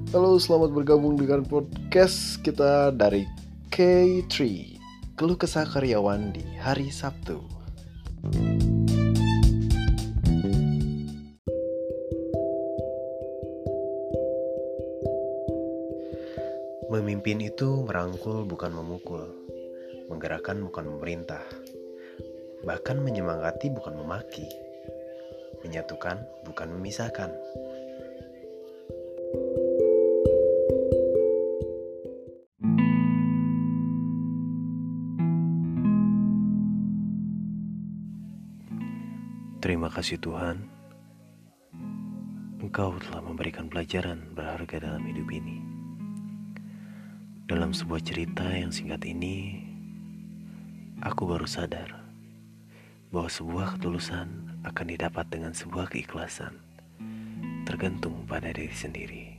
Halo, selamat bergabung dengan podcast kita dari K3, Keluh Kesah Karyawan di Hari Sabtu. Memimpin itu merangkul bukan memukul, menggerakkan bukan memerintah, bahkan menyemangati bukan memaki, menyatukan bukan memisahkan. Terima kasih Tuhan, Engkau telah memberikan pelajaran berharga dalam hidup ini. Dalam sebuah cerita yang singkat ini, aku baru sadar bahwa sebuah ketulusan akan didapat dengan sebuah keikhlasan, tergantung pada diri sendiri.